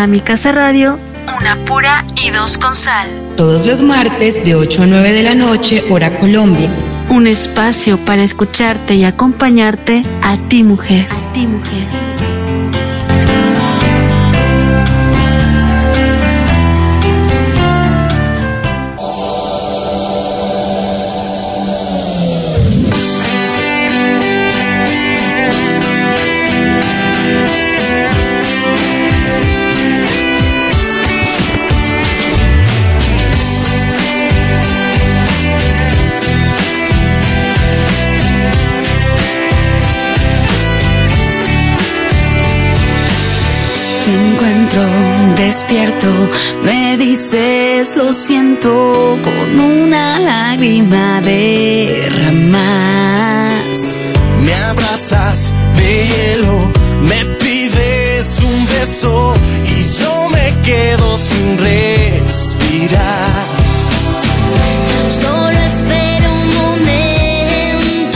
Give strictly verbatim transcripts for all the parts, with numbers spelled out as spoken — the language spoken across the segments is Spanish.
a Mi Casa Radio, una pura y dos con sal. Todos los martes de ocho a nueve de la noche, hora Colombia. Un espacio para escucharte y acompañarte a ti, mujer. A ti, mujer. Despierto, me dices lo siento, con una lágrima derramas. Me abrazas, me hielo, me pides un beso y yo me quedo sin respirar. Solo espero un momento,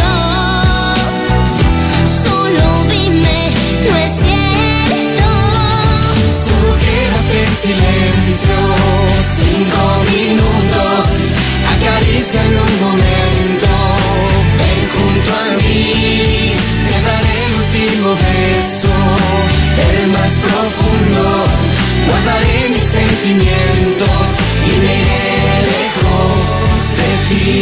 solo dime, no es cierto. Solo quédate en silencio, cinco minutos, acaríciame un momento, ven junto a mí, te daré el último beso, el más profundo, guardaré mis sentimientos y me iré lejos de ti.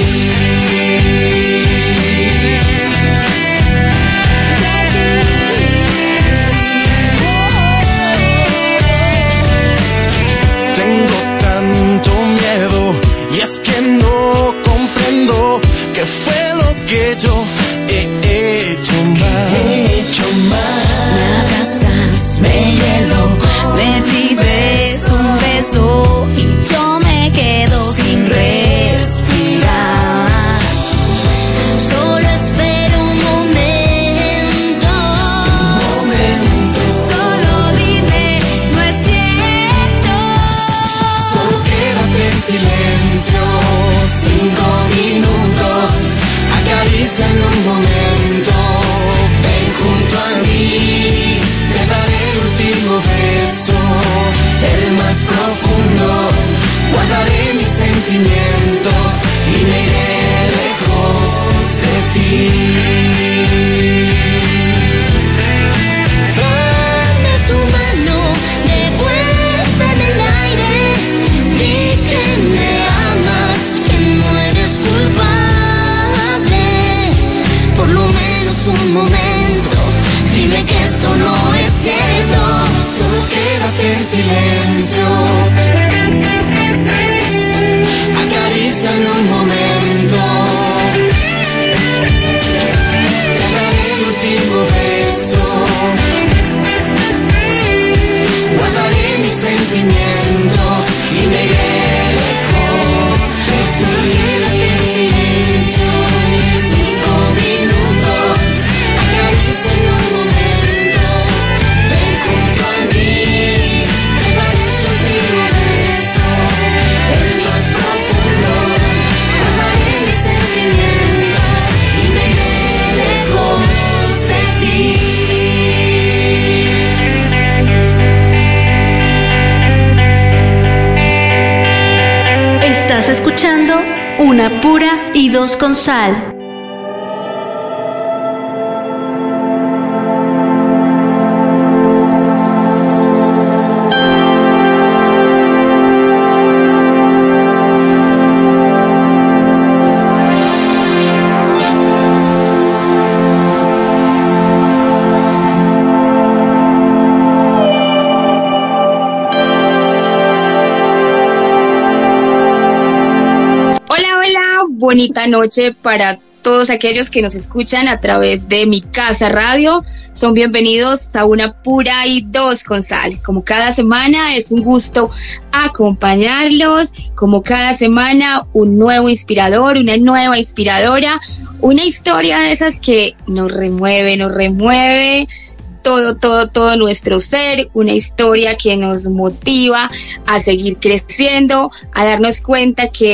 Tengo tanto miedo y es que no comprendo qué fue lo que yo he hecho mal. He hecho mal. Me abrazas, me hielo, me pides un beso y yo me quedo sin respirar. Solo espero un momento, Momento. solo dime, no es cierto. Solo quédate en silencio, cinco minutos, acaríciame un momento, ven junto a mí, te daré el último beso, el más profundo, guardaré mis sentimientos y me iré lejos de ti. Dame tu mano, devuélveme el aire, di que me amas, que no eres culpable. Por lo menos un momento, dime que esto no es cierto. Solo quédate en silencio, acaríciame un momento, te daré el último beso, guardaré mis sentimientos y me iré lejos de ti. Quédate en silencio, cinco minutos, acaríciame un momento, ven junto a mí, te daré el último beso, el más profundo, guardaré mis sentimientos y me iré lejos de ti. Estás escuchando Una Pura y Dos con Sal. Bonita noche para todos aquellos que nos escuchan a través de Mi Casa Radio. Son bienvenidos a Una Pura y Dos con Sal. Como cada semana es un gusto acompañarlos, como cada semana un nuevo inspirador, una nueva inspiradora, una historia de esas que nos remueve, nos remueve todo, todo, todo nuestro ser, una historia que nos motiva a seguir creciendo, a darnos cuenta que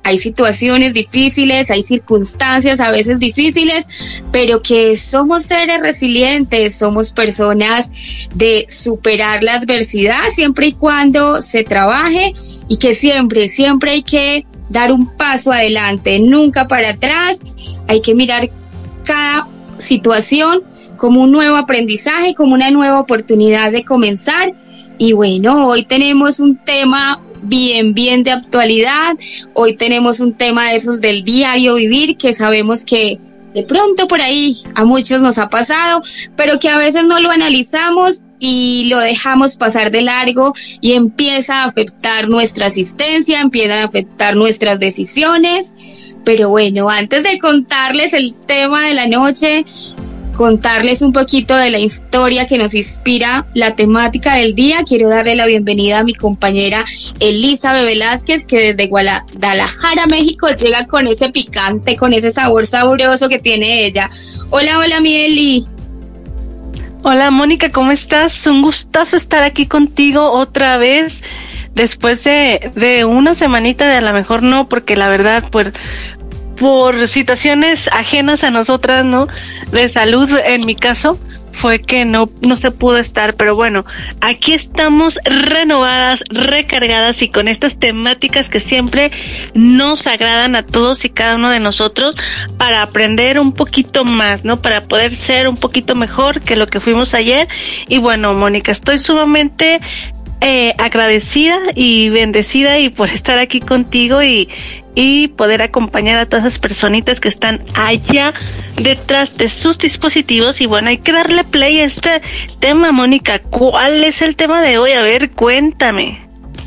hay situaciones difíciles, hay circunstancias a veces difíciles, pero que somos seres resilientes, somos personas de superar la adversidad siempre y cuando se trabaje, y que siempre, siempre hay que dar un paso adelante, nunca para atrás. Hay que mirar cada situación como un nuevo aprendizaje, como una nueva oportunidad de comenzar. Y bueno, hoy tenemos un tema bien, bien de actualidad. Hoy tenemos un tema de esos del diario vivir, que sabemos que de pronto por ahí a muchos nos ha pasado, pero que a veces no lo analizamos y lo dejamos pasar de largo, y empieza a afectar nuestra asistencia, empiezan a afectar nuestras decisiones. Pero bueno, antes de contarles el tema de la noche, contarles un poquito de la historia que nos inspira la temática del día, quiero darle la bienvenida a mi compañera Elizabeth Velázquez, que desde Guadalajara, México, llega con ese picante, con ese sabor sabroso que tiene ella. Hola, hola, mi Eli. Hola, Mónica, ¿cómo estás? Un gustazo estar aquí contigo otra vez, después de, de una semanita de a lo mejor no, porque la verdad, pues, por situaciones ajenas a nosotras, ¿no? De salud, en mi caso, fue que no, no se pudo estar, pero bueno, aquí estamos renovadas, recargadas y con estas temáticas que siempre nos agradan a todos y cada uno de nosotros, para aprender un poquito más, ¿no? Para poder ser un poquito mejor que lo que fuimos ayer. Y bueno, Mónica, estoy sumamente Eh, agradecida y bendecida y por estar aquí contigo y, y poder acompañar a todas esas personitas que están allá detrás de sus dispositivos. Y bueno, hay que darle play a este tema, Mónica. ¿Cuál es el tema de hoy? A ver, cuéntame.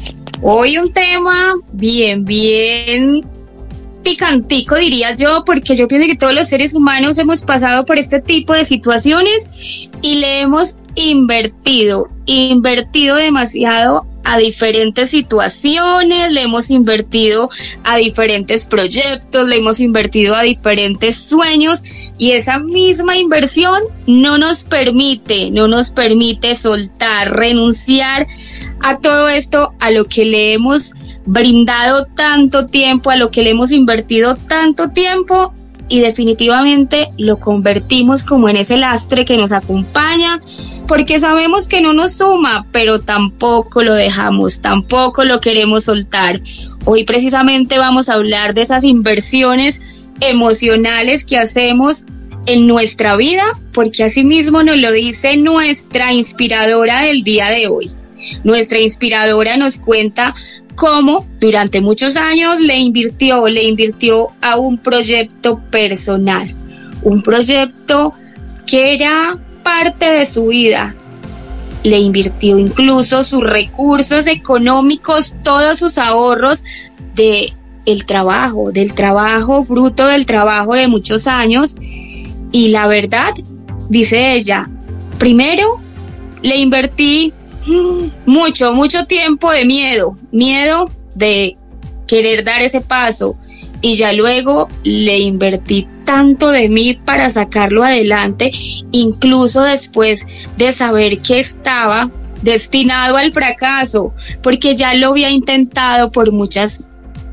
Hoy un tema bien, bien picantico, diría yo, porque yo pienso que todos los seres humanos hemos pasado por este tipo de situaciones y le hemos invertido, invertido demasiado a diferentes situaciones, le hemos invertido a diferentes proyectos, le hemos invertido a diferentes sueños, y esa misma inversión no nos permite, no nos permite soltar, renunciar a todo esto, a lo que le hemos brindado tanto tiempo, a lo que le hemos invertido tanto tiempo, y definitivamente lo convertimos como en ese lastre que nos acompaña, porque sabemos que no nos suma, pero tampoco lo dejamos, tampoco lo queremos soltar. Hoy precisamente vamos a hablar de esas inversiones emocionales que hacemos en nuestra vida, porque así mismo nos lo dice nuestra inspiradora del día de hoy. Nuestra inspiradora nos cuenta cómo durante muchos años le invirtió, le invirtió a un proyecto personal, un proyecto que era parte de su vida. Le invirtió incluso sus recursos económicos, todos sus ahorros de el trabajo, del trabajo, fruto del trabajo de muchos años. Y la verdad, dice ella, primero le invertí mucho, mucho tiempo de miedo, miedo de querer dar ese paso, y ya luego le invertí tanto de mí para sacarlo adelante, incluso después de saber que estaba destinado al fracaso, porque ya lo había intentado por muchas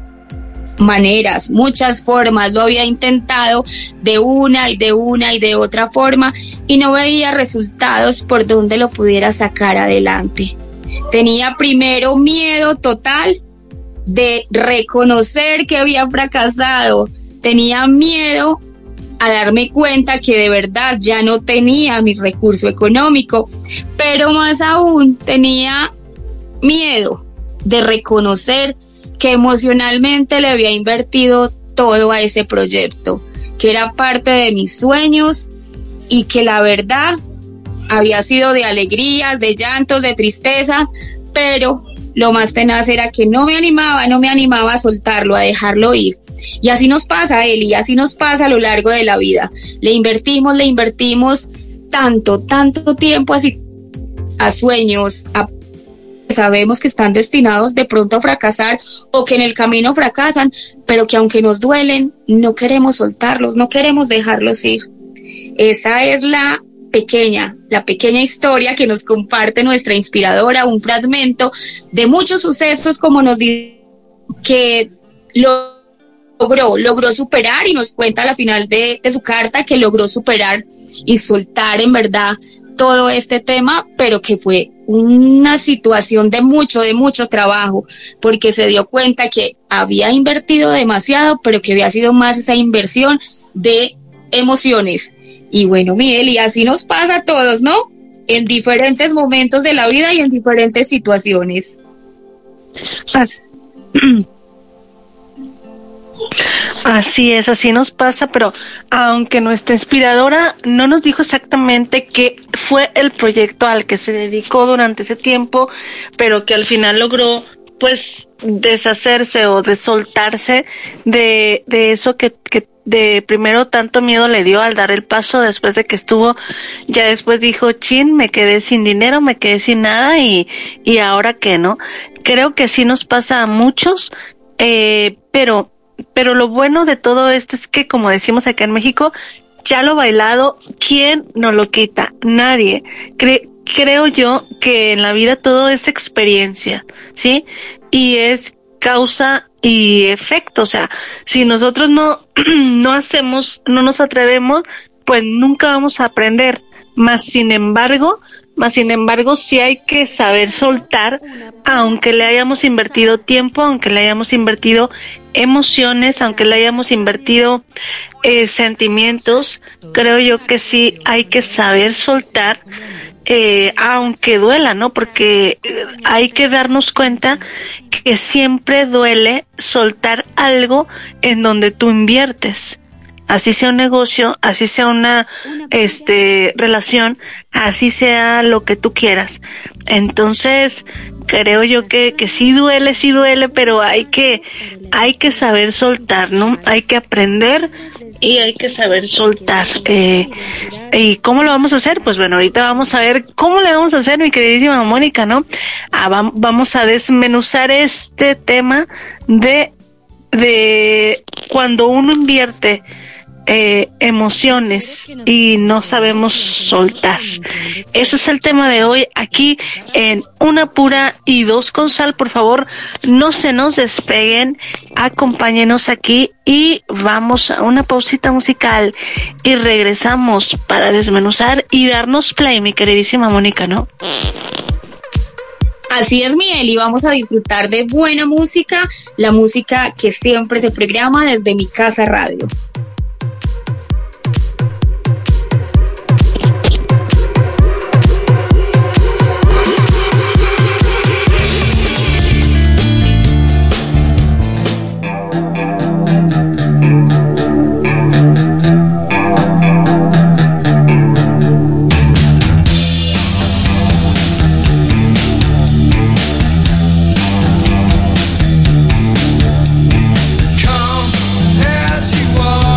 maneras, muchas formas, lo había intentado de una y de una y de otra forma, y no veía resultados por donde lo pudiera sacar adelante. Tenía primero miedo total de reconocer que había fracasado, tenía miedo a darme cuenta que de verdad ya no tenía mi recurso económico, pero más aún tenía miedo de reconocer que emocionalmente le había invertido todo a ese proyecto, que era parte de mis sueños y que la verdad había sido de alegrías, de llantos, de tristeza, pero lo más tenaz era que no me animaba, no me animaba a soltarlo, a dejarlo ir. Y así nos pasa, Eli, así nos pasa a lo largo de la vida. Le invertimos, le invertimos tanto, tanto tiempo así a sueños, a sabemos que están destinados de pronto a fracasar o que en el camino fracasan, pero que aunque nos duelen, no queremos soltarlos, no queremos dejarlos ir. Esa es la pequeña, la pequeña historia que nos comparte nuestra inspiradora, un fragmento de muchos sucesos, como nos dice, que lo logró, logró superar y nos cuenta a la final de, de su carta que logró superar y soltar en verdad todo este tema, pero que fue una situación de mucho, de mucho trabajo, porque se dio cuenta que había invertido demasiado, pero que había sido más esa inversión de emociones. Y bueno, Miguel, y así nos pasa a todos, ¿no? En diferentes momentos de la vida y en diferentes situaciones. Así, así es, así nos pasa, pero aunque nuestra inspiradora no nos dijo exactamente qué fue el proyecto al que se dedicó durante ese tiempo, pero que al final logró pues deshacerse o de soltarse de, de eso que, que de primero tanto miedo le dio al dar el paso, después de que estuvo, ya después dijo, chin, me quedé sin dinero, me quedé sin nada y, y ahora qué, ¿no? Creo que sí nos pasa a muchos, eh, pero, pero lo bueno de todo esto es que, como decimos acá en México, ya lo bailado, ¿quién nos lo quita? Nadie. Cre- creo yo que en la vida todo es experiencia, ¿sí? Y es causa y efecto, o sea, si nosotros no, no hacemos, no nos atrevemos, pues nunca vamos a aprender. Más sin embargo, más sin embargo, sí hay que saber soltar, aunque le hayamos invertido tiempo, aunque le hayamos invertido emociones, aunque le hayamos invertido eh, sentimientos, creo yo que sí hay que saber soltar, eh, aunque duela, ¿no? Porque hay que darnos cuenta que siempre duele soltar algo en donde tú inviertes. Así sea un negocio, así sea una este relación, así sea lo que tú quieras. Entonces, creo yo que, que sí duele, sí duele, pero hay que, hay que saber soltar, ¿no? Hay que aprender y hay que saber soltar. Eh, ¿Y cómo lo vamos a hacer? Pues bueno, ahorita vamos a ver cómo le vamos a hacer, mi queridísima Mónica, ¿no? Ah, va, vamos a desmenuzar este tema de, de cuando uno invierte Eh, emociones y no sabemos soltar. Ese es el tema de hoy aquí en Una Pura y Dos con Sal. Por favor, no se nos despeguen, acompáñenos aquí y vamos a una pausita musical y regresamos para desmenuzar y darnos play, mi queridísima Mónica, ¿no? Así es, Miguel, y vamos a disfrutar de buena música, la música que siempre se programa desde Mi Casa Radio. Come as you are.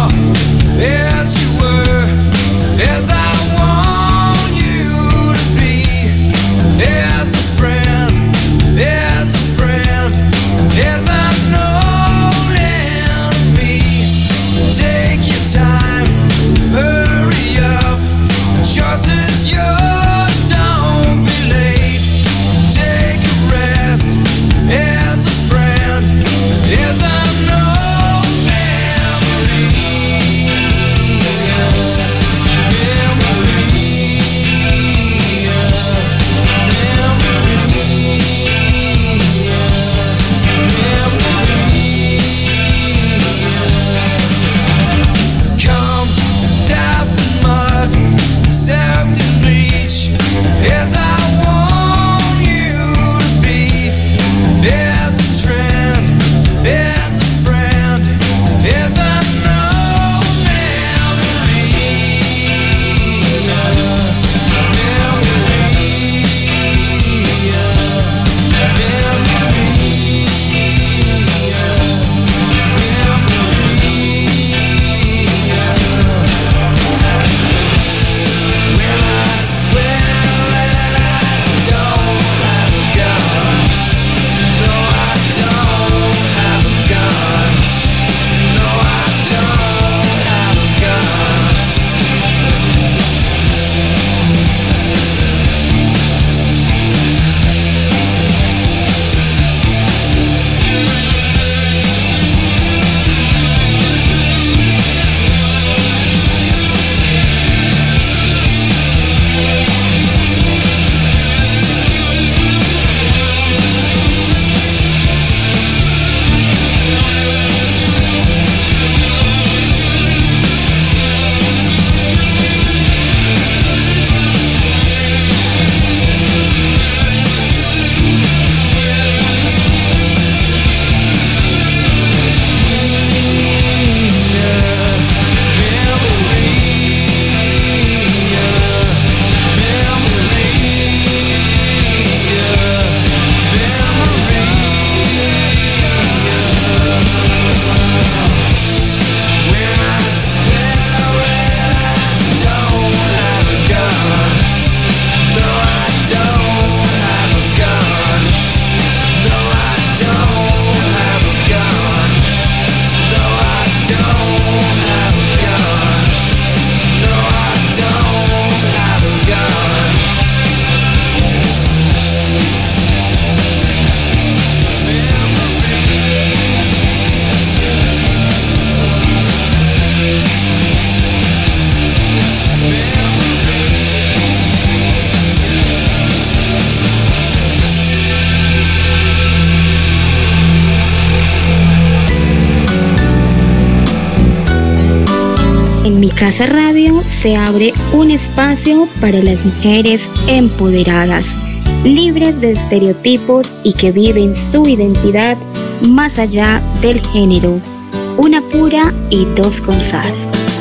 Casa Radio se abre un espacio para las mujeres empoderadas, libres de estereotipos y que viven su identidad más allá del género. Una pura y dos con sal.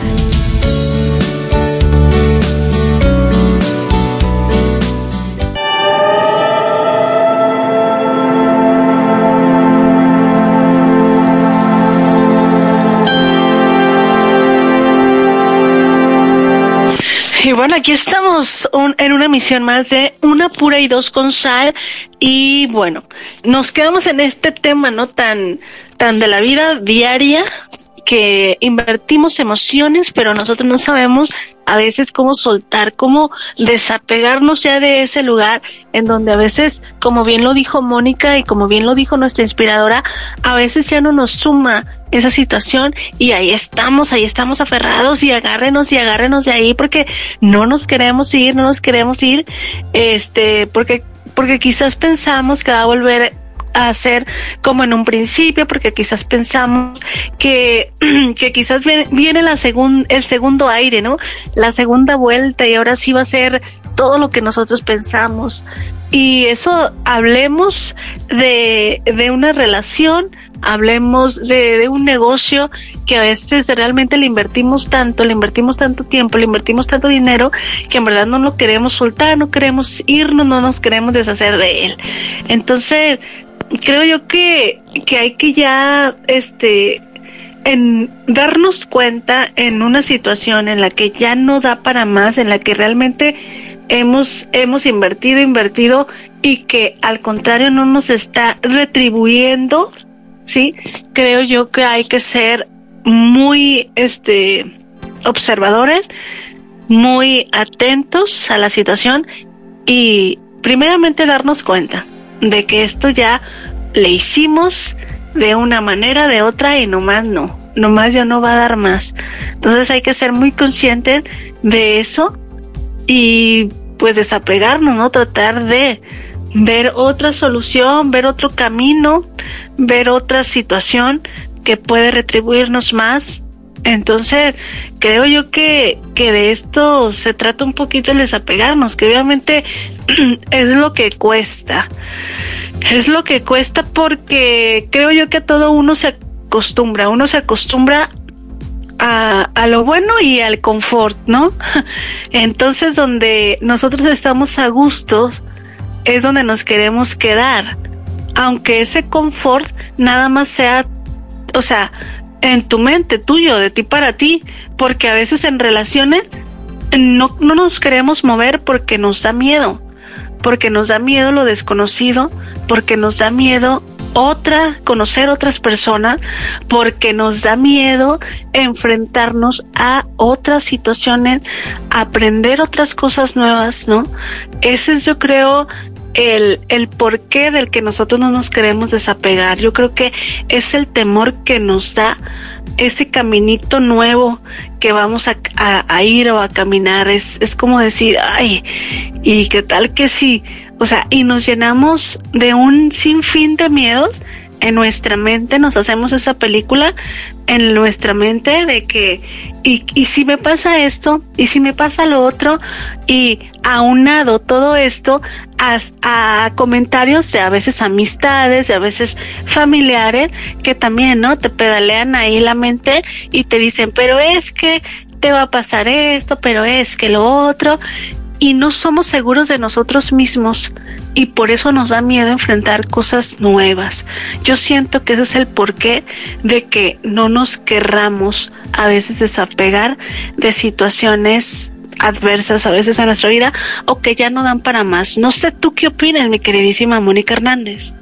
Y bueno, aquí estamos un, en una emisión más de Una Pura y Dos con Sal. Y bueno, nos quedamos en este tema, ¿no? Tan, tan de la vida diaria, que invertimos emociones, pero nosotros no sabemos a veces cómo soltar, cómo desapegarnos ya de ese lugar en donde a veces, como bien lo dijo Mónica y como bien lo dijo nuestra inspiradora, a veces ya no nos suma esa situación y ahí estamos, ahí estamos aferrados y agárrenos y agárrenos de ahí porque no nos queremos ir, no nos queremos ir, este, porque, porque quizás pensamos que va a volver a hacer como en un principio, porque quizás pensamos que, que quizás viene la segun, el segundo aire, ¿no? La segunda vuelta y ahora sí va a ser todo lo que nosotros pensamos. Y eso, hablemos de, de una relación, hablemos de, de un negocio que a veces realmente le invertimos tanto, le invertimos tanto tiempo, le invertimos tanto dinero que en verdad no lo queremos soltar, no queremos irnos, no nos queremos deshacer de él. Entonces, creo yo que, que hay que ya, este, en darnos cuenta en una situación en la que ya no da para más, en la que realmente hemos, hemos invertido, invertido y que al contrario no nos está retribuyendo, ¿sí? Creo yo que hay que ser muy, este, observadores, muy atentos a la situación y primeramente darnos cuenta de que esto ya le hicimos de una manera, de otra y nomás no, nomás ya no va a dar más. Entonces hay que ser muy conscientes de eso y pues desapegarnos, ¿no? Tratar de ver otra solución, ver otro camino, ver otra situación que puede retribuirnos más. Entonces, creo yo que, que de esto se trata un poquito el desapegarnos, que obviamente es lo que cuesta. Es lo que cuesta porque creo yo que a todo uno se acostumbra, uno se acostumbra a, a lo bueno y al confort, ¿no? Entonces, donde nosotros estamos a gusto es donde nos queremos quedar, aunque ese confort nada más sea, o sea, en tu mente, tuyo, de ti para ti, porque a veces en relaciones no, no nos queremos mover porque nos da miedo, porque nos da miedo lo desconocido, porque nos da miedo otra, conocer otras personas, porque nos da miedo enfrentarnos a otras situaciones, aprender otras cosas nuevas, ¿no? Ese es, yo creo, el, el porqué del que nosotros no nos queremos desapegar. Yo creo que es el temor que nos da ese caminito nuevo que vamos a, a, a ir o a caminar. Es, es como decir, ay, y qué tal que sí, o sea, y nos llenamos de un sinfín de miedos en nuestra mente, nos hacemos esa película en nuestra mente de que, y, y si me pasa esto, y si me pasa lo otro, y aunado todo esto a, a comentarios de a veces amistades, de a veces familiares, que también, ¿no? Te pedalean ahí la mente y te dicen, pero es que te va a pasar esto, pero es que lo otro, y no somos seguros de nosotros mismos y por eso nos da miedo enfrentar cosas nuevas. Yo siento que ese es el porqué de que no nos querramos a veces desapegar de situaciones adversas a veces a nuestra vida o que ya no dan para más. No sé tú qué opinas, mi queridísima Mónica Hernández.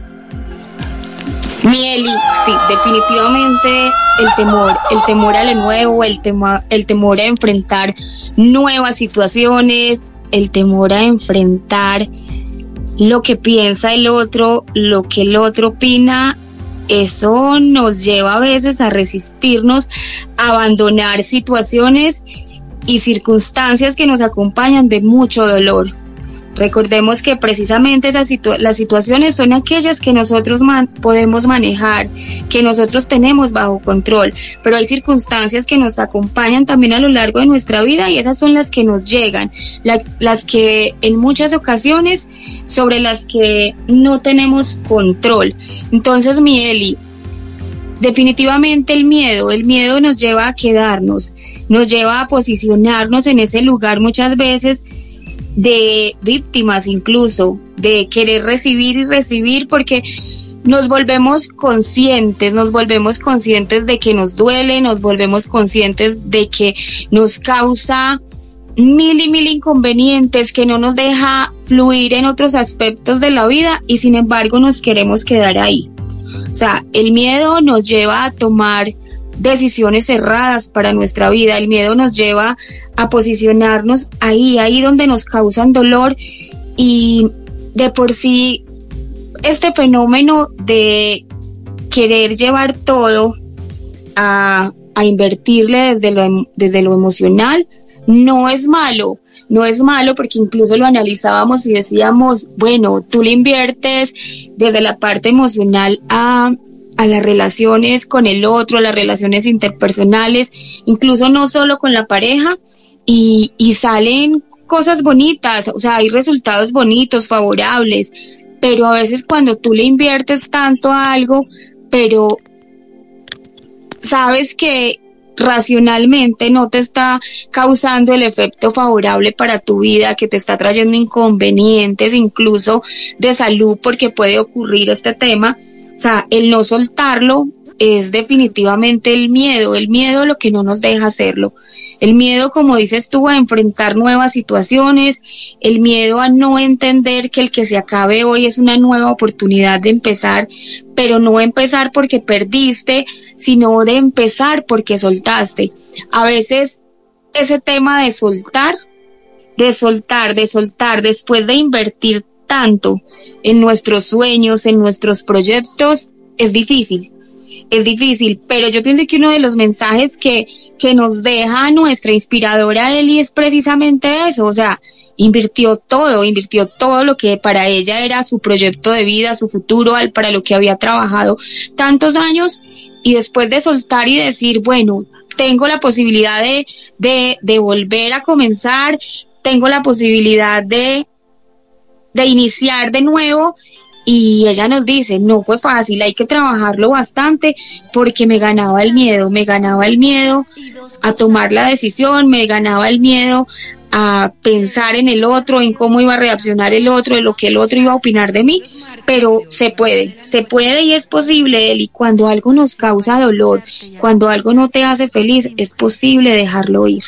Mieli, sí, definitivamente el temor, el temor a lo nuevo, el temor, el temor a enfrentar nuevas situaciones, el temor a enfrentar lo que piensa el otro, lo que el otro opina, eso nos lleva a veces a resistirnos, a abandonar situaciones y circunstancias que nos acompañan de mucho dolor. Recordemos que precisamente esas situ- las situaciones son aquellas que nosotros man- podemos manejar, que nosotros tenemos bajo control, pero hay circunstancias que nos acompañan también a lo largo de nuestra vida y esas son las que nos llegan, la- las que en muchas ocasiones sobre las que no tenemos control. Entonces, mi Eli, definitivamente el miedo, el miedo nos lleva a quedarnos, nos lleva a posicionarnos en ese lugar muchas veces de víctimas, incluso de querer recibir y recibir, porque nos volvemos conscientes, nos volvemos conscientes de que nos duele, nos volvemos conscientes de que nos causa mil y mil inconvenientes, que no nos deja fluir en otros aspectos de la vida y sin embargo nos queremos quedar ahí. O sea, el miedo nos lleva a tomar decisiones erradas para nuestra vida, el miedo nos lleva a posicionarnos ahí, ahí donde nos causan dolor y de por sí este fenómeno de querer llevar todo a, a invertirle desde lo, desde lo emocional no es malo, no es malo porque incluso lo analizábamos y decíamos, bueno, tú le inviertes desde la parte emocional a a las relaciones con el otro, a las relaciones interpersonales, incluso no solo con la pareja, y, y salen cosas bonitas, o sea, hay resultados bonitos, favorables, pero a veces cuando tú le inviertes tanto a algo, pero sabes que racionalmente no te está causando el efecto favorable para tu vida, que te está trayendo inconvenientes, incluso de salud, porque puede ocurrir este tema. O sea, el no soltarlo es definitivamente el miedo, el miedo lo que no nos deja hacerlo. El miedo, como dices tú, a enfrentar nuevas situaciones, el miedo a no entender que el que se acabe hoy es una nueva oportunidad de empezar, pero no empezar porque perdiste, sino de empezar porque soltaste. A veces ese tema de soltar, de soltar, de soltar, después de invertir tanto en nuestros sueños, en nuestros proyectos, es difícil, es difícil, pero yo pienso que uno de los mensajes que, que nos deja nuestra inspiradora Eli es precisamente eso, o sea, invirtió todo, invirtió todo lo que para ella era su proyecto de vida, su futuro, al para lo que había trabajado tantos años, y después de soltar y decir, bueno, tengo la posibilidad de, de, de volver a comenzar, tengo la posibilidad de de iniciar de nuevo, y ella nos dice, no fue fácil, hay que trabajarlo bastante porque me ganaba el miedo, me ganaba el miedo a tomar la decisión, me ganaba el miedo a pensar en el otro, en cómo iba a reaccionar el otro, en lo que el otro iba a opinar de mí, pero se puede, se puede y es posible, Eli, cuando algo nos causa dolor, cuando algo no te hace feliz, es posible dejarlo ir.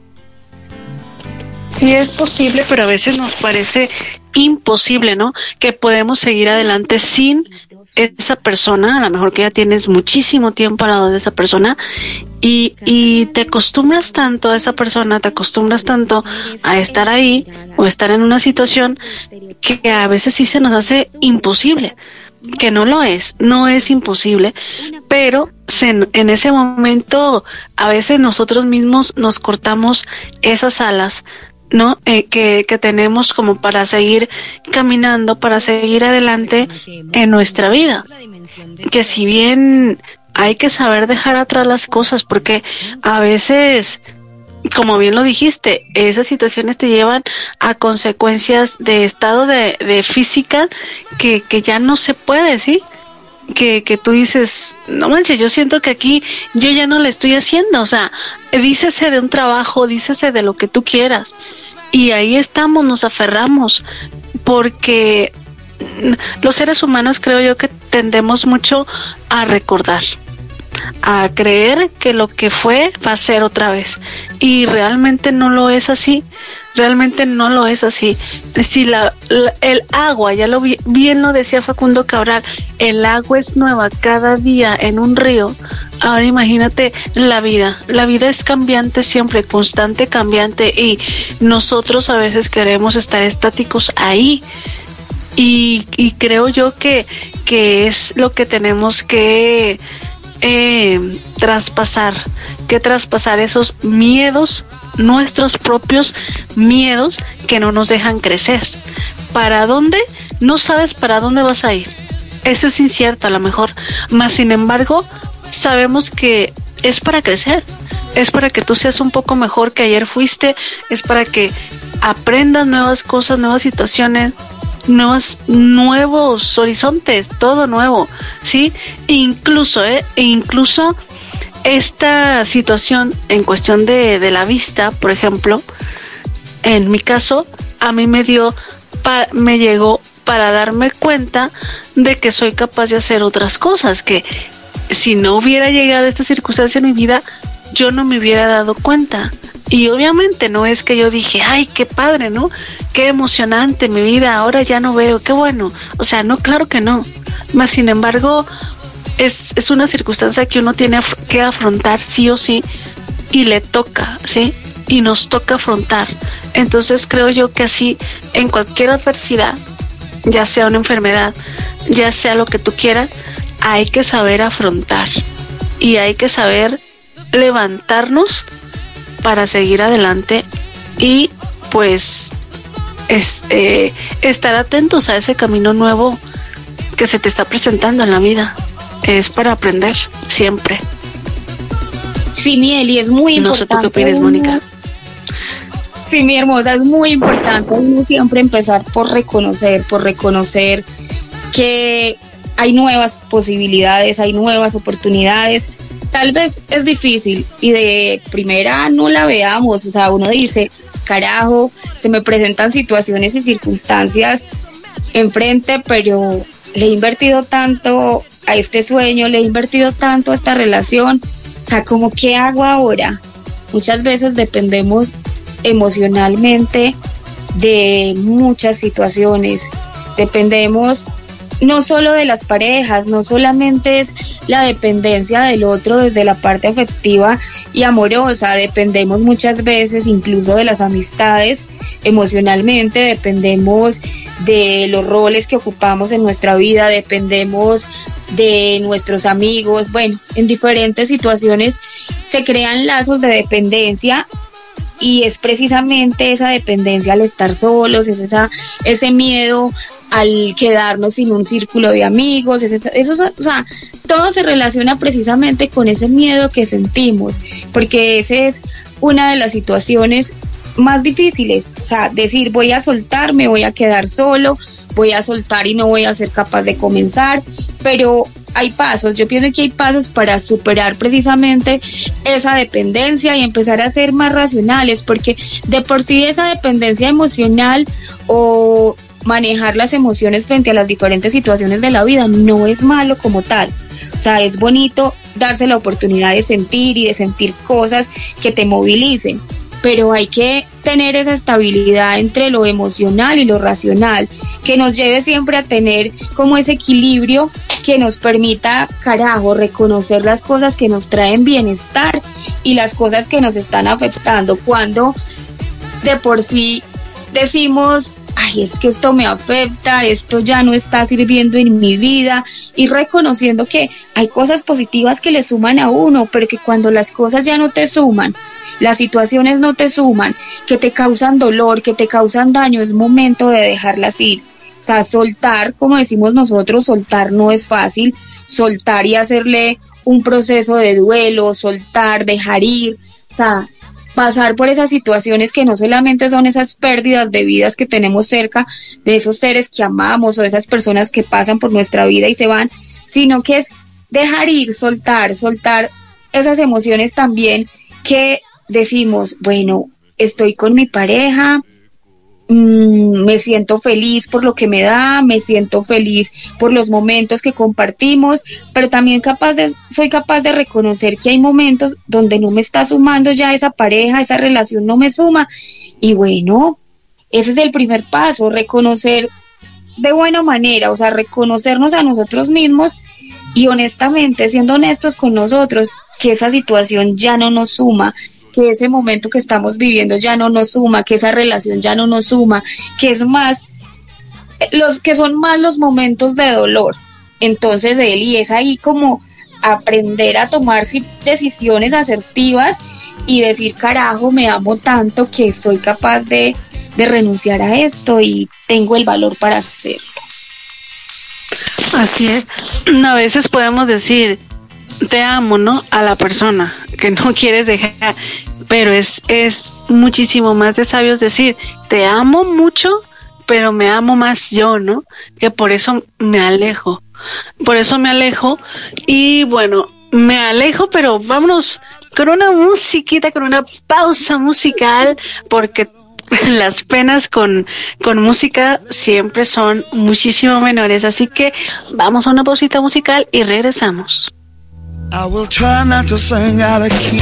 Sí es posible, pero a veces nos parece imposible, ¿no? Que podemos seguir adelante sin esa persona, a lo mejor que ya tienes muchísimo tiempo al lado de esa persona y, y te acostumbras tanto a esa persona, te acostumbras tanto a estar ahí o estar en una situación que a veces sí se nos hace imposible, que no lo es, no es imposible, pero se, en ese momento a veces nosotros mismos nos cortamos esas alas, ¿no? Eh, que, que tenemos como para seguir caminando, para seguir adelante en nuestra vida. Que si bien hay que saber dejar atrás las cosas, porque a veces, como bien lo dijiste, esas situaciones te llevan a consecuencias de estado de, de física que, que ya no se puede, ¿sí? Que, que tú dices, no manches, yo siento que aquí yo ya no le estoy haciendo, o sea, dícese de un trabajo, dícese de lo que tú quieras, y ahí estamos, nos aferramos, porque los seres humanos creo yo que tendemos mucho a recordar, a creer que lo que fue va a ser otra vez, y realmente no lo es así. Realmente no lo es así. Si la, la el agua, ya lo vi, bien lo decía Facundo Cabral, el agua es nueva cada día en un río. Ahora imagínate la vida. La vida es cambiante siempre, constante, cambiante, y nosotros a veces queremos estar estáticos ahí. Y, y creo yo que, que es lo que tenemos que eh, traspasar, que traspasar esos miedos, nuestros propios miedos que no nos dejan crecer, para dónde, no sabes para dónde vas a ir. Eso es incierto a lo mejor, mas sin embargo, sabemos que es para crecer, es para que tú seas un poco mejor que ayer fuiste, es para que aprendas nuevas cosas, nuevas situaciones, nuevos, nuevos horizontes, todo nuevo, ¿sí? Incluso, ¿eh? E incluso esta situación en cuestión de, de la vista, por ejemplo, en mi caso, a mí me dio, pa, me llegó para darme cuenta de que soy capaz de hacer otras cosas, que si no hubiera llegado esta circunstancia en mi vida, yo no me hubiera dado cuenta. Y obviamente no es que yo dije, ay, qué padre, ¿no? Qué emocionante mi vida, ahora ya no veo, qué bueno. O sea, no, claro que no. Mas, sin embargo, es, es una circunstancia que uno tiene que afrontar sí o sí, y le toca, ¿sí? Y nos toca afrontar. Entonces creo yo que así, en cualquier adversidad, ya sea una enfermedad, ya sea lo que tú quieras, hay que saber afrontar y hay que saber levantarnos para seguir adelante y pues es, eh, estar atentos a ese camino nuevo que se te está presentando en la vida. Es para aprender siempre. Sí, Miel, y es muy no importante. No sé tú qué opinas, Mónica. Sí, mi hermosa, es muy importante uno siempre empezar por reconocer, por reconocer que hay nuevas posibilidades, hay nuevas oportunidades. Tal vez es difícil y de primera no la veamos, o sea, uno dice, carajo, se me presentan situaciones y circunstancias enfrente, pero le he invertido tanto a este sueño, le he invertido tanto a esta relación, o sea, como, ¿qué hago ahora? Muchas veces dependemos emocionalmente de muchas situaciones, dependemos no solo de las parejas, no solamente es la dependencia del otro desde la parte afectiva y amorosa, dependemos muchas veces incluso de las amistades, emocionalmente dependemos de los roles que ocupamos en nuestra vida, dependemos de nuestros amigos, bueno, en diferentes situaciones se crean lazos de dependencia. Y es precisamente esa dependencia al estar solos, es esa, ese miedo al quedarnos sin un círculo de amigos, es esa, eso, o sea, todo se relaciona precisamente con ese miedo que sentimos, porque esa es una de las situaciones más difíciles, o sea, decir voy a soltar, me voy a quedar solo, voy a soltar y no voy a ser capaz de comenzar, pero hay pasos, yo pienso que hay pasos para superar precisamente esa dependencia y empezar a ser más racionales, porque de por sí esa dependencia emocional o manejar las emociones frente a las diferentes situaciones de la vida no es malo como tal, o sea, es bonito darse la oportunidad de sentir y de sentir cosas que te movilicen, pero hay que tener esa estabilidad entre lo emocional y lo racional, que nos lleve siempre a tener como ese equilibrio que nos permita, carajo, reconocer las cosas que nos traen bienestar y las cosas que nos están afectando, cuando de por sí decimos, ay, es que esto me afecta, esto ya no está sirviendo en mi vida, y reconociendo que hay cosas positivas que le suman a uno, pero que cuando las cosas ya no te suman, las situaciones no te suman, que te causan dolor, que te causan daño, es momento de dejarlas ir. O sea, soltar, como decimos nosotros, soltar no es fácil, soltar y hacerle un proceso de duelo, soltar, dejar ir, o sea, pasar por esas situaciones que no solamente son esas pérdidas de vidas que tenemos cerca, de esos seres que amamos o de esas personas que pasan por nuestra vida y se van, sino que es dejar ir, soltar, soltar esas emociones también que decimos, bueno, estoy con mi pareja, mmm, me siento feliz por lo que me da, me siento feliz por los momentos que compartimos, pero también capaz de, soy capaz de reconocer que hay momentos donde no me está sumando ya esa pareja, esa relación no me suma, y bueno, ese es el primer paso, reconocer de buena manera, o sea, reconocernos a nosotros mismos y honestamente, siendo honestos con nosotros, que esa situación ya no nos suma, que ese momento que estamos viviendo ya no nos suma, que esa relación ya no nos suma, que es más, los que son más los momentos de dolor. Entonces, Eli, es ahí como aprender a tomar decisiones asertivas y decir, carajo, me amo tanto que soy capaz de de renunciar a esto y tengo el valor para hacerlo. Así es. A veces podemos decir, te amo, ¿no? A la persona que no quieres dejar, pero es, es muchísimo más de sabios decir, te amo mucho, pero me amo más yo, ¿no? Que por eso me alejo. Por eso me alejo. Y bueno, me alejo, pero vámonos con una musiquita, con una pausa musical, porque las penas con, con música siempre son muchísimo menores. Así que vamos a una pausita musical y regresamos. I will try not to sing out of key.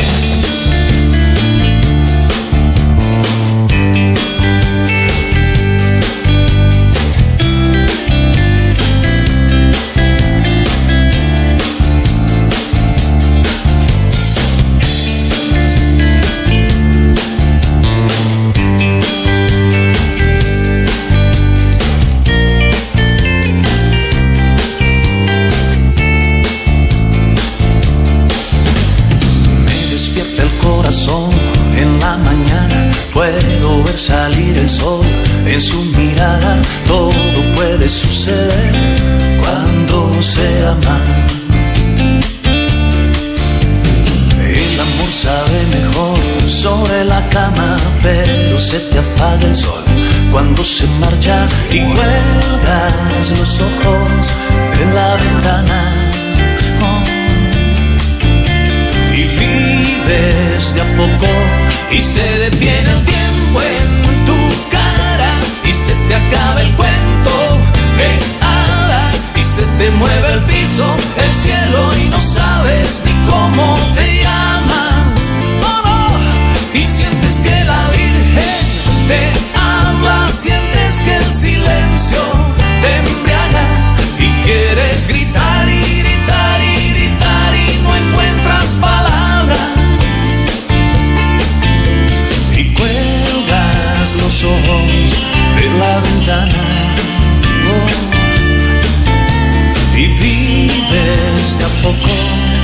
En la mañana puedo ver salir el sol en su mirada. Todo puede suceder cuando se ama. El amor sabe mejor sobre la cama, pero se te apaga el sol cuando se marcha y cuelgas los ojos de la ventana. Vives de a poco y se detiene el tiempo en tu cara y se te acaba el cuento de hadas y se te mueve el piso, el cielo y no sabes ni cómo te llamas. Oh, no. Y sientes que la Virgen te habla, sientes que el silencio te embriaga y quieres gritar y gritar y gritar y no encuentras palabras. Los ojos de la ventana, oh, y vives de a poco.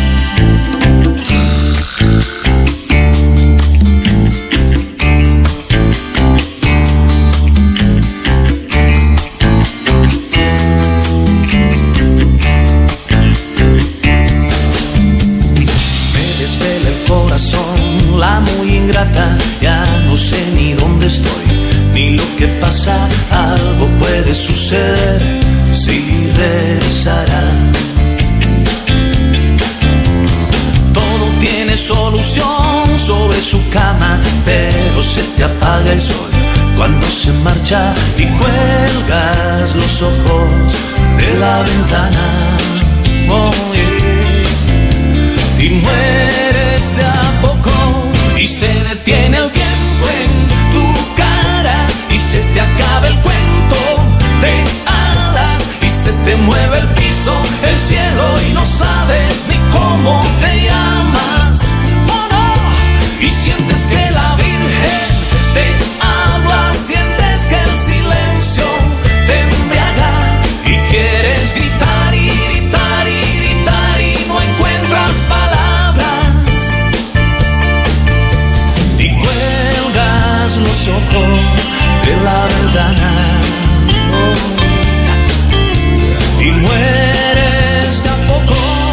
Me desvela el corazón, la muy ingrata, ya no sé ni dónde estoy, ni lo que pasa, algo puede suceder si regresará. Todo tiene solución sobre su cama, pero se te apaga el sol cuando se marcha y cuelgas los ojos de la ventana. Oh, yeah. Y mueres de a poco y se detiene el tiempo en tu cara y se te acaba el cuento de hadas y se te mueve el piso, el cielo y no sabes ni cómo te llamas. Oh, no. Y sientes que la Virgen te habla, sientes que el silencio te embriaga y quieres gritar y gritar y gritar y no encuentras palabras y cuelgas los ojos de la ventana, oh, y mueres de a poco.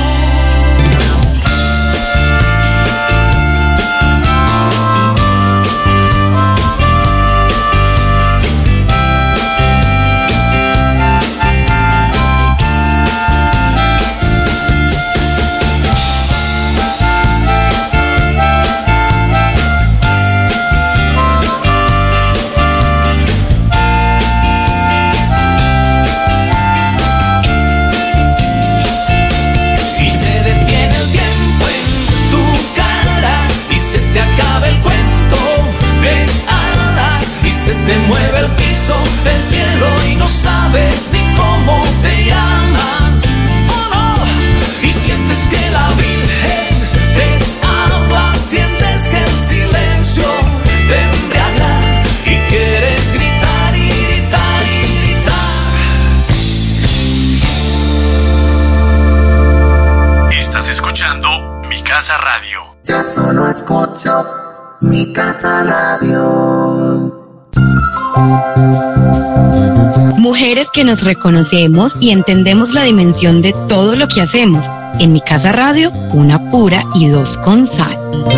Te mueve el piso, el cielo y no sabes ni cómo te llamas. Oh, no. Y sientes que la Virgen te habla, sientes que el silencio te embriaga y quieres gritar y gritar y gritar. Estás escuchando Mi Casa Radio. Yo solo escucho Mi Casa Radio. Mujeres que nos reconocemos y entendemos la dimensión de todo lo que hacemos. En Mi Casa Radio, una pura y dos con sal.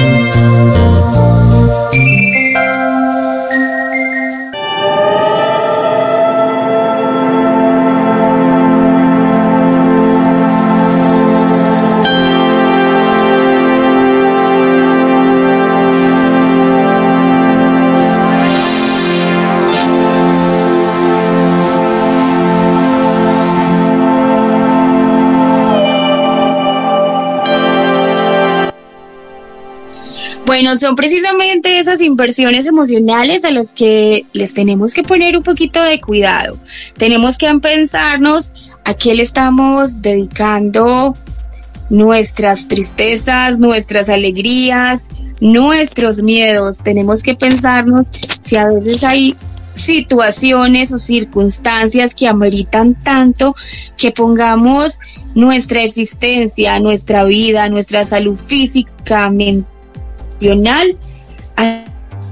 Bueno, son precisamente esas inversiones emocionales a las que les tenemos que poner un poquito de cuidado. Tenemos que pensarnos a qué le estamos dedicando nuestras tristezas, nuestras alegrías, nuestros miedos. Tenemos que pensarnos si a veces hay situaciones o circunstancias que ameritan tanto que pongamos nuestra existencia, nuestra vida, nuestra salud física, mental, a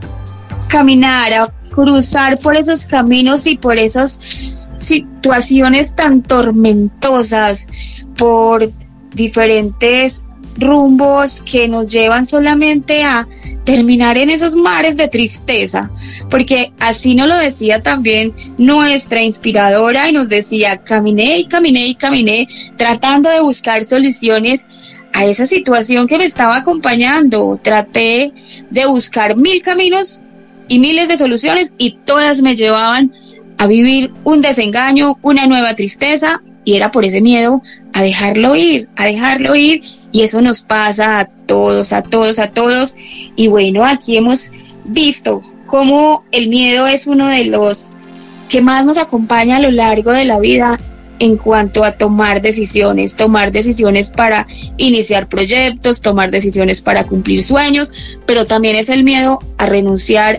caminar, a cruzar por esos caminos y por esas situaciones tan tormentosas, por diferentes rumbos que nos llevan solamente a terminar en esos mares de tristeza, porque así nos lo decía también nuestra inspiradora y nos decía, caminé y caminé y caminé tratando de buscar soluciones a esa situación que me estaba acompañando. Traté de buscar mil caminos y miles de soluciones y todas me llevaban a vivir un desengaño, una nueva tristeza, y era por ese miedo a dejarlo ir, a dejarlo ir, y eso nos pasa a todos, a todos, a todos. Y bueno, aquí hemos visto cómo el miedo es uno de los que más nos acompaña a lo largo de la vida en cuanto a tomar decisiones, tomar decisiones para iniciar proyectos, tomar decisiones para cumplir sueños, pero también es el miedo a renunciar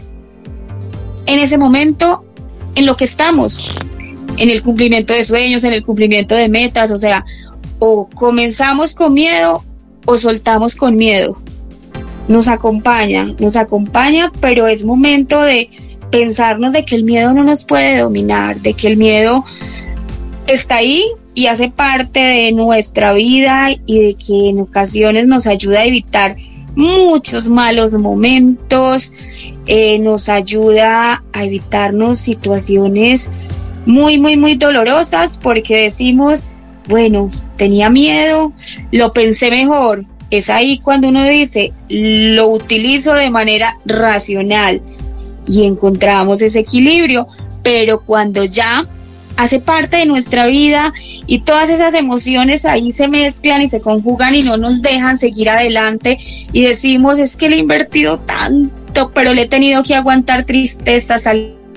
en ese momento en lo que estamos, en el cumplimiento de sueños, en el cumplimiento de metas. O sea, o comenzamos con miedo o soltamos con miedo. Nos acompaña, nos acompaña, pero es momento de pensarnos de que el miedo no nos puede dominar, de que el miedo está ahí y hace parte de nuestra vida y de que en ocasiones nos ayuda a evitar muchos malos momentos, eh, nos ayuda a evitarnos situaciones muy, muy, muy dolorosas, porque decimos, bueno, tenía miedo, lo pensé mejor. Es ahí cuando uno dice, lo utilizo de manera racional y encontramos ese equilibrio, pero cuando ya hace parte de nuestra vida y todas esas emociones ahí se mezclan y se conjugan y no nos dejan seguir adelante y decimos, es que le he invertido tanto, pero le he tenido que aguantar tristezas,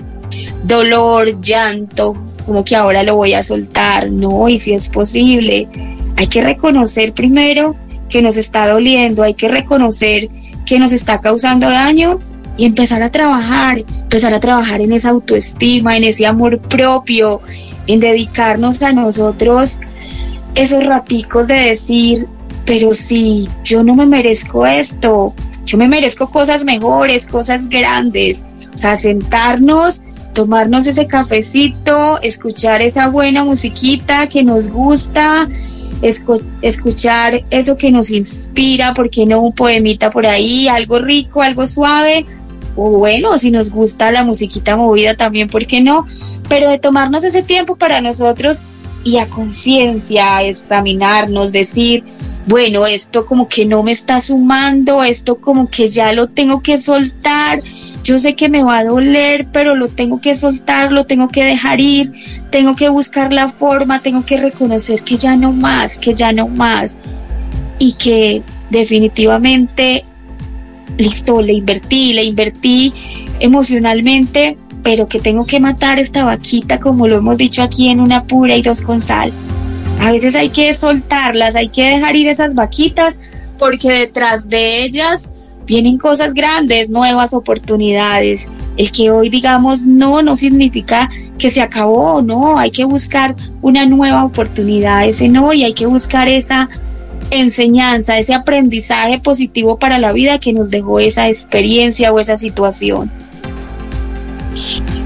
dolor, llanto, como que ahora lo voy a soltar. No, y si es posible, hay que reconocer primero que nos está doliendo, hay que reconocer que nos está causando daño y empezar a trabajar, empezar a trabajar en esa autoestima, en ese amor propio, en dedicarnos a nosotros esos raticos de decir, pero si yo no me merezco esto, yo me merezco cosas mejores, cosas grandes. O sea, sentarnos, tomarnos ese cafecito, escuchar esa buena musiquita que nos gusta, escu- escuchar eso que nos inspira, ¿por qué no un poemita por ahí, algo rico, algo suave? O bueno, si nos gusta la musiquita movida también, ¿por qué no? Pero de tomarnos ese tiempo para nosotros y a conciencia, examinarnos, decir, bueno, esto como que no me está sumando, esto como que ya lo tengo que soltar, yo sé que me va a doler, pero lo tengo que soltar, lo tengo que dejar ir, tengo que buscar la forma, tengo que reconocer que ya no más, que ya no más, y que definitivamente listo, le invertí, le invertí emocionalmente, pero que tengo que matar esta vaquita, como lo hemos dicho aquí en Una Pura y Dos con Sal. A veces hay que soltarlas, hay que dejar ir esas vaquitas, porque detrás de ellas vienen cosas grandes, nuevas oportunidades. El que hoy digamos no, no significa que se acabó, no, hay que buscar una nueva oportunidad, ese no, y hay que buscar esa enseñanza, ese aprendizaje positivo para la vida que nos dejó esa experiencia o esa situación.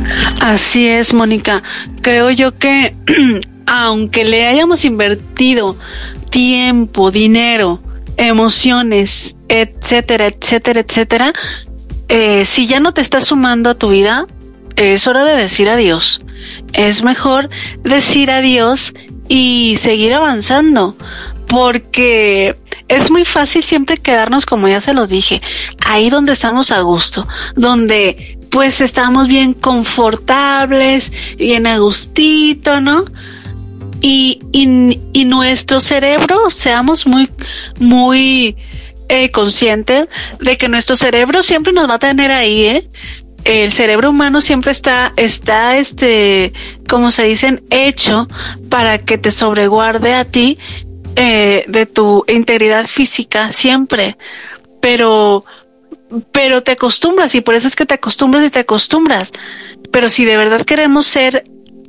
Así es, Mónica. Creo yo que aunque le hayamos invertido tiempo, dinero, emociones, etcétera, etcétera, etcétera, eh, si ya no te está sumando a tu vida, es hora de decir adiós. Es mejor decir adiós y seguir avanzando, porque es muy fácil siempre quedarnos, como ya se los dije, ahí donde estamos a gusto, donde pues estamos bien confortables, bien a gustito, ¿no? Y, y, y nuestro cerebro, seamos muy, muy eh, conscientes de que nuestro cerebro siempre nos va a tener ahí, ¿eh? El cerebro humano siempre está, está, este, como se dicen, hecho para que te sobreguarde a ti eh, de tu integridad física siempre, pero, pero te acostumbras y por eso es que te acostumbras y te acostumbras. Pero si de verdad queremos ser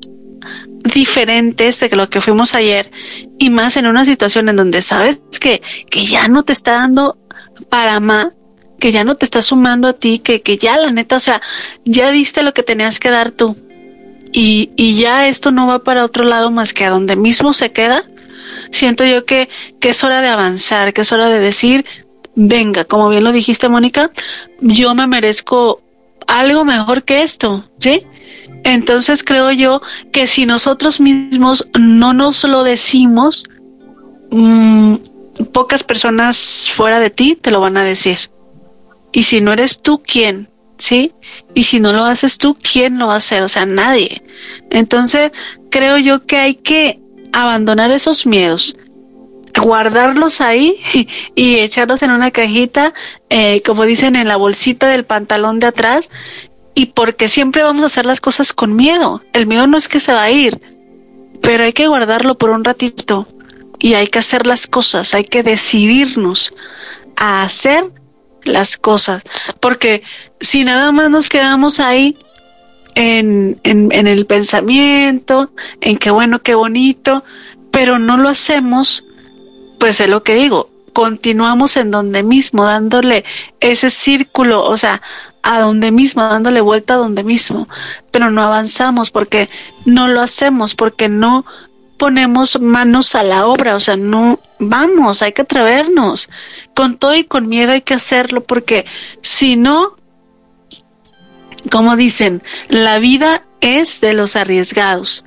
diferentes de lo que fuimos ayer y más en una situación en donde sabes que, que ya no te está dando para más, que ya no te está sumando a ti, que, que ya la neta, o sea, ya diste lo que tenías que dar tú y, y ya esto no va para otro lado más que a donde mismo se queda, siento yo que, que es hora de avanzar, que es hora de decir, venga, como bien lo dijiste, Mónica, yo me merezco algo mejor que esto, ¿sí? Entonces creo yo que si nosotros mismos no nos lo decimos, mmm, pocas personas fuera de ti te lo van a decir. Y si no eres tú, ¿quién? ¿Sí? Y si no lo haces tú, ¿quién lo va a hacer? O sea, nadie. Entonces, creo yo que hay que abandonar esos miedos, guardarlos ahí y, y echarlos en una cajita, eh, como dicen, en la bolsita del pantalón de atrás, y porque siempre vamos a hacer las cosas con miedo. El miedo no es que se va a ir, pero hay que guardarlo por un ratito y hay que hacer las cosas, hay que decidirnos a hacer las cosas, porque si nada más nos quedamos ahí en, en, en el pensamiento, en qué bueno, qué bonito, pero no lo hacemos, pues es lo que digo, continuamos en donde mismo, dándole ese círculo, o sea, a donde mismo, dándole vuelta a donde mismo, pero no avanzamos porque no lo hacemos, porque no ponemos manos a la obra, o sea, no, vamos, hay que atrevernos, con todo y con miedo hay que hacerlo, porque si no, como dicen, la vida es de los arriesgados,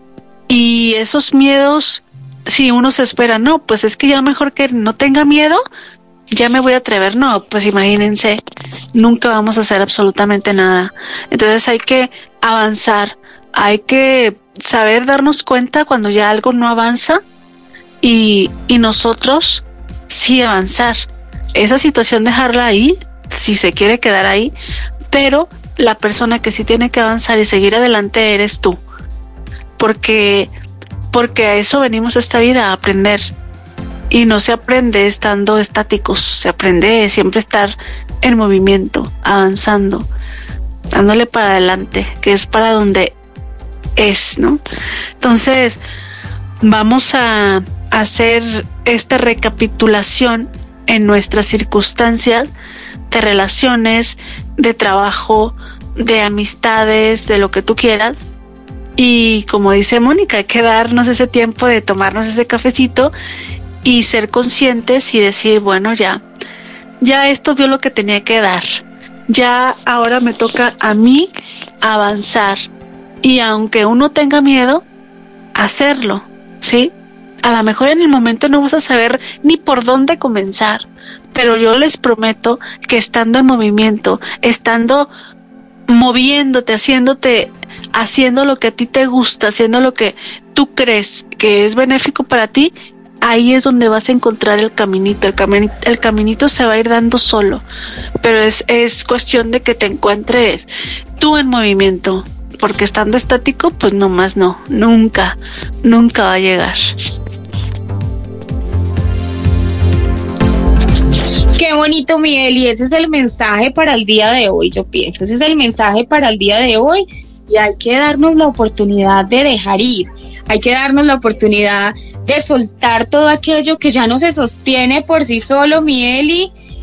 y esos miedos, si uno se espera, no, pues es que ya mejor que no tenga miedo, ya me voy a atrever, no, pues imagínense, nunca vamos a hacer absolutamente nada. Entonces hay que avanzar, hay que saber darnos cuenta cuando ya algo no avanza y, y nosotros sí avanzar. Esa situación dejarla ahí, si se quiere quedar ahí, pero la persona que sí tiene que avanzar y seguir adelante eres tú. Porque, porque a eso venimos a esta vida, a aprender. Y no se aprende estando estáticos, se aprende siempre estar en movimiento, avanzando, dándole para adelante, que es para donde es, ¿no? Entonces, vamos a hacer esta recapitulación en nuestras circunstancias de relaciones, de trabajo, de amistades, de lo que tú quieras. Y como dice Mónica, hay que darnos ese tiempo de tomarnos ese cafecito y ser conscientes y decir, bueno, ya, ya esto dio lo que tenía que dar. Ya ahora me toca a mí avanzar. Y aunque uno tenga miedo, hacerlo, ¿sí? A lo mejor en el momento no vas a saber ni por dónde comenzar, pero yo les prometo que estando en movimiento, estando moviéndote, haciéndote, haciendo lo que a ti te gusta, haciendo lo que tú crees que es benéfico para ti, ahí es donde vas a encontrar el caminito. El caminito, el caminito se va a ir dando solo, pero es, es cuestión de que te encuentres tú en movimiento, porque estando estático, pues nomás no, nunca, nunca va a llegar. Qué bonito, Miguel, y ese es el mensaje para el día de hoy, yo pienso, ese es el mensaje para el día de hoy, y hay que darnos la oportunidad de dejar ir, hay que darnos la oportunidad de soltar todo aquello que ya no se sostiene por sí solo, Miguel, y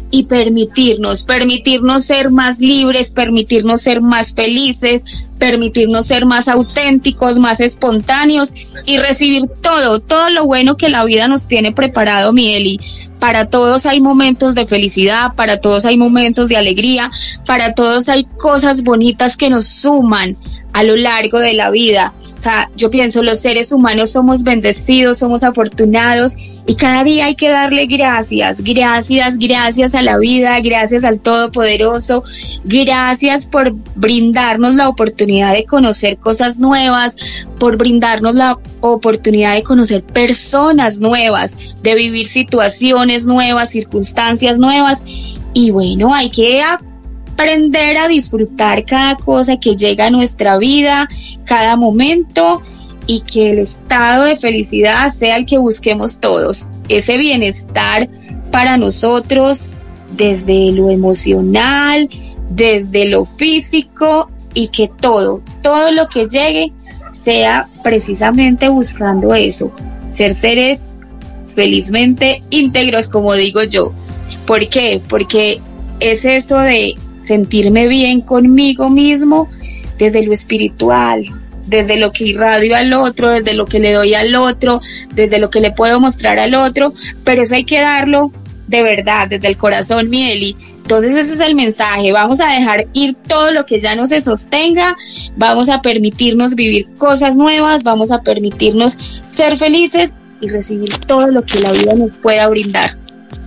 y permitirnos, permitirnos ser más libres, permitirnos ser más felices, permitirnos ser más auténticos, más espontáneos y recibir todo, todo lo bueno que la vida nos tiene preparado, Mieli. Para todos hay momentos de felicidad, para todos hay momentos de alegría, para todos hay cosas bonitas que nos suman a lo largo de la vida. O sea, yo pienso, los seres humanos somos bendecidos, somos afortunados y cada día hay que darle gracias, gracias, gracias a la vida, gracias al Todopoderoso, gracias por brindarnos la oportunidad de conocer cosas nuevas, por brindarnos la oportunidad de conocer personas nuevas, de vivir situaciones nuevas, circunstancias nuevas y bueno, hay que aprender a disfrutar cada cosa que llega a nuestra vida, cada momento y que el estado de felicidad sea el que busquemos todos, ese bienestar para nosotros desde lo emocional, desde lo físico y que todo, todo lo que llegue sea precisamente buscando eso, ser seres felizmente íntegros como digo yo. ¿Por qué? Porque es eso de sentirme bien conmigo mismo desde lo espiritual, desde lo que irradio al otro, desde lo que le doy al otro, desde lo que le puedo mostrar al otro, pero eso hay que darlo de verdad, desde el corazón, Mieli. Entonces ese es el mensaje, vamos a dejar ir todo lo que ya no se sostenga, vamos a permitirnos vivir cosas nuevas, vamos a permitirnos ser felices y recibir todo lo que la vida nos pueda brindar.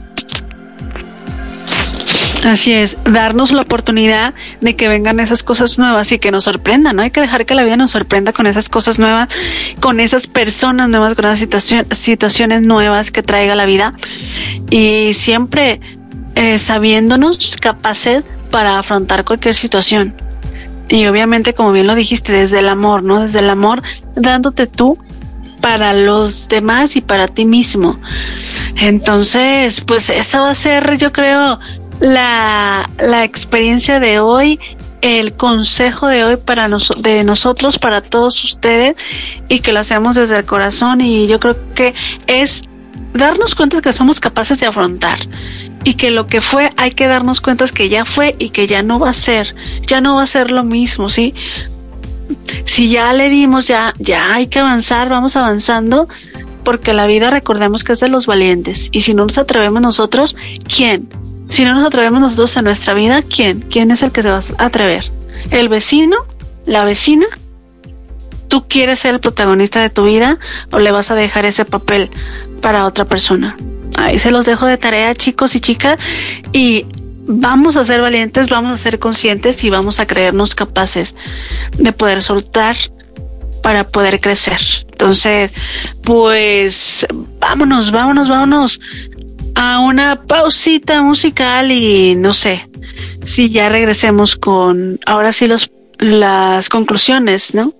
Así es, darnos la oportunidad de que vengan esas cosas nuevas y que nos sorprendan, ¿no? Hay que dejar que la vida nos sorprenda con esas cosas nuevas, con esas personas nuevas, con esas situación, situaciones nuevas que traiga la vida y siempre eh, sabiéndonos capaces para afrontar cualquier situación. Y obviamente, como bien lo dijiste, desde el amor, ¿no? Desde el amor, dándote tú para los demás y para ti mismo. Entonces, pues esa va a ser, yo creo, la, la experiencia de hoy, el consejo de hoy para nos, de nosotros, para todos ustedes, y que lo hacemos desde el corazón. Y yo creo que es darnos cuenta de que somos capaces de afrontar y que lo que fue hay que darnos cuenta que ya fue y que ya no va a ser, ya no va a ser lo mismo, ¿sí? Si ya le dimos, ya, ya hay que avanzar, vamos avanzando, porque la vida, recordemos que es de los valientes, y si no nos atrevemos nosotros, ¿quién? Si no nos atrevemos nosotros en nuestra vida, ¿quién? ¿Quién es el que se va a atrever? ¿El vecino? ¿La vecina? ¿Tú quieres ser el protagonista de tu vida o le vas a dejar ese papel para otra persona? Ahí se los dejo de tarea, chicos y chicas, y vamos a ser valientes, vamos a ser conscientes y vamos a creernos capaces de poder soltar para poder crecer. Entonces, pues vámonos, vámonos, vámonos a una pausita musical y no sé si ya regresemos con ahora sí los las conclusiones, ¿no?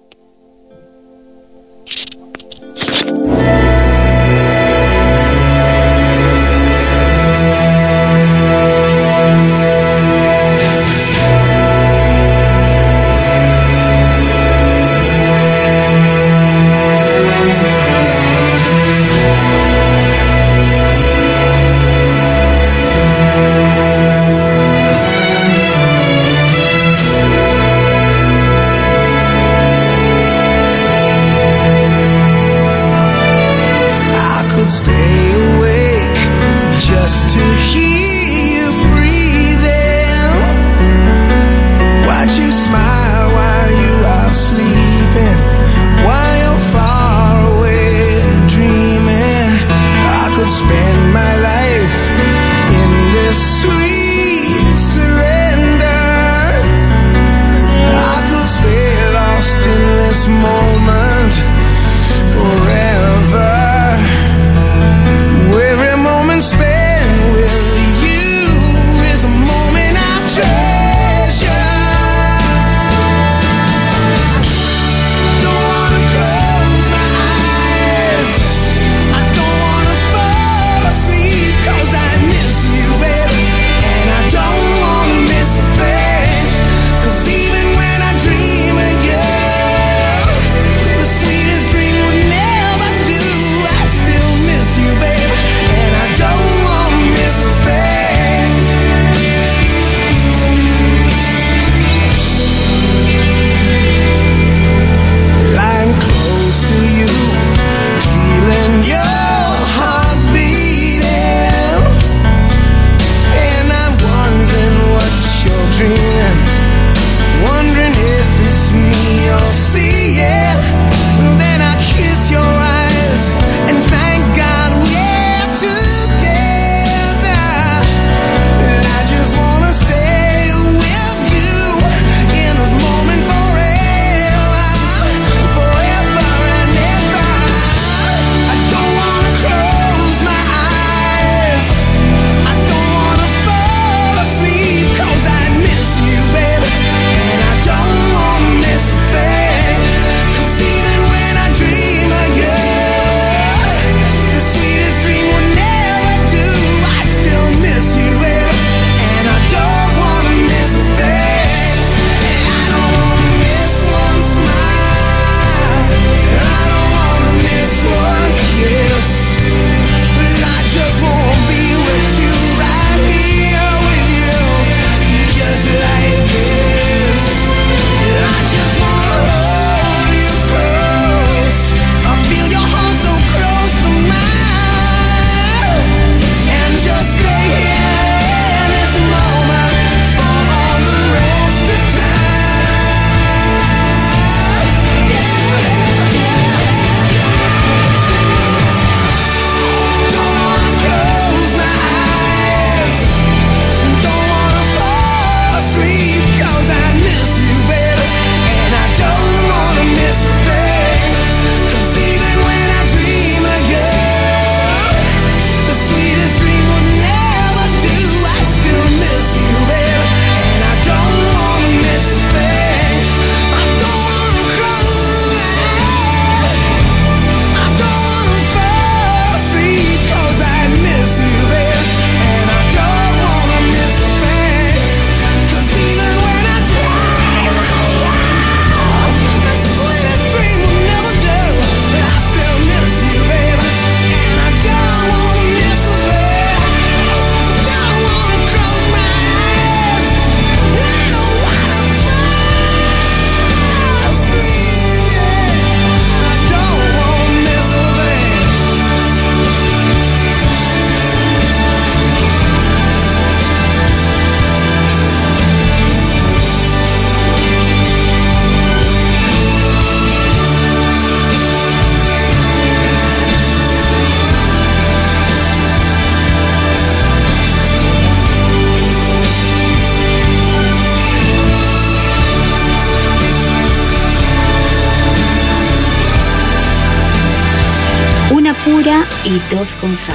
Every moment spent with pura y dos con sal.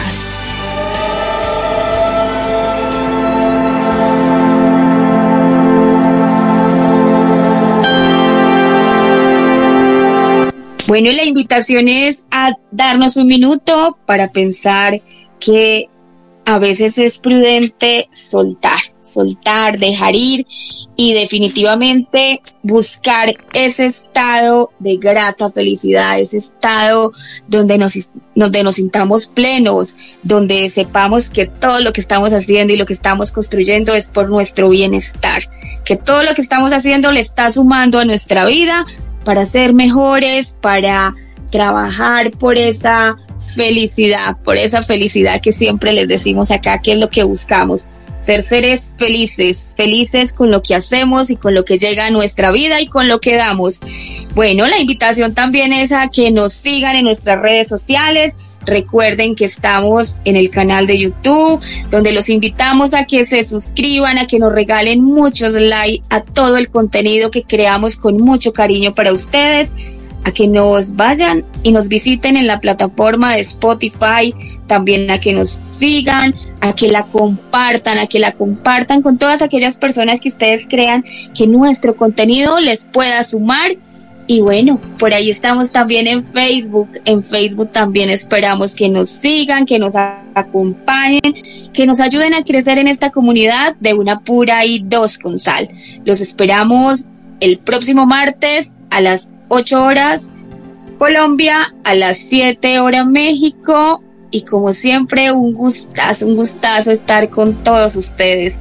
Bueno, la invitación es a darnos un minuto para pensar que a veces es prudente soltar, soltar, dejar ir y definitivamente buscar ese estado de grata felicidad, ese estado donde nos, donde nos sintamos plenos, donde sepamos que todo lo que estamos haciendo y lo que estamos construyendo es por nuestro bienestar, que todo lo que estamos haciendo le está sumando a nuestra vida para ser mejores, para trabajar por esa felicidad, por esa felicidad que siempre les decimos acá, que es lo que buscamos, ser seres felices, felices con lo que hacemos y con lo que llega a nuestra vida y con lo que damos. Bueno, la invitación también es a que nos sigan en nuestras redes sociales. Recuerden que estamos en el canal de YouTube, donde los invitamos a que se suscriban, a que nos regalen muchos likes a todo el contenido que creamos con mucho cariño para ustedes, a que nos vayan y nos visiten en la plataforma de Spotify, también a que nos sigan, a que la compartan, a que la compartan con todas aquellas personas que ustedes crean que nuestro contenido les pueda sumar. Y bueno, por ahí estamos también en Facebook. En Facebook también esperamos que nos sigan, que nos acompañen, que nos ayuden a crecer en esta comunidad de Una Pura y Dos con Sal. Los esperamos el próximo martes a las ocho horas Colombia, a las siete horas México. Y como siempre, un gustazo, un gustazo estar con todos ustedes.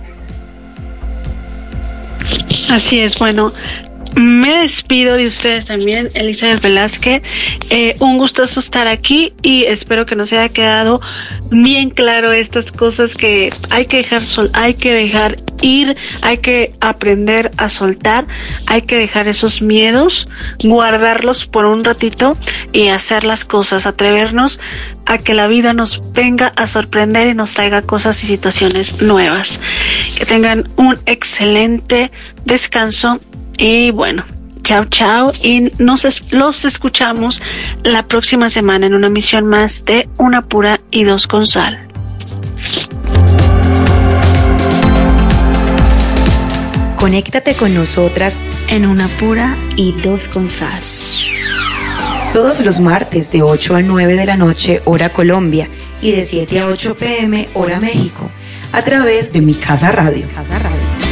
Así es, bueno, me despido de ustedes también, Elizabeth Velázquez. Eh, un gustazo estar aquí y espero que nos haya quedado bien claro estas cosas que hay que dejar sol, hay que dejar ir, hay que aprender a soltar, hay que dejar esos miedos, guardarlos por un ratito y hacer las cosas, atrevernos a que la vida nos venga a sorprender y nos traiga cosas y situaciones nuevas. Que tengan un excelente descanso. Y bueno, chao, chao. Y nos es, los escuchamos la próxima semana en una emisión más de Una Pura y Dos con Sal. Conéctate con nosotras en Una Pura y Dos con Sal. Todos los martes de ocho a nueve de la noche, hora Colombia, y de siete a ocho pm, hora México, a través de Mi Casa Radio. Casa Radio.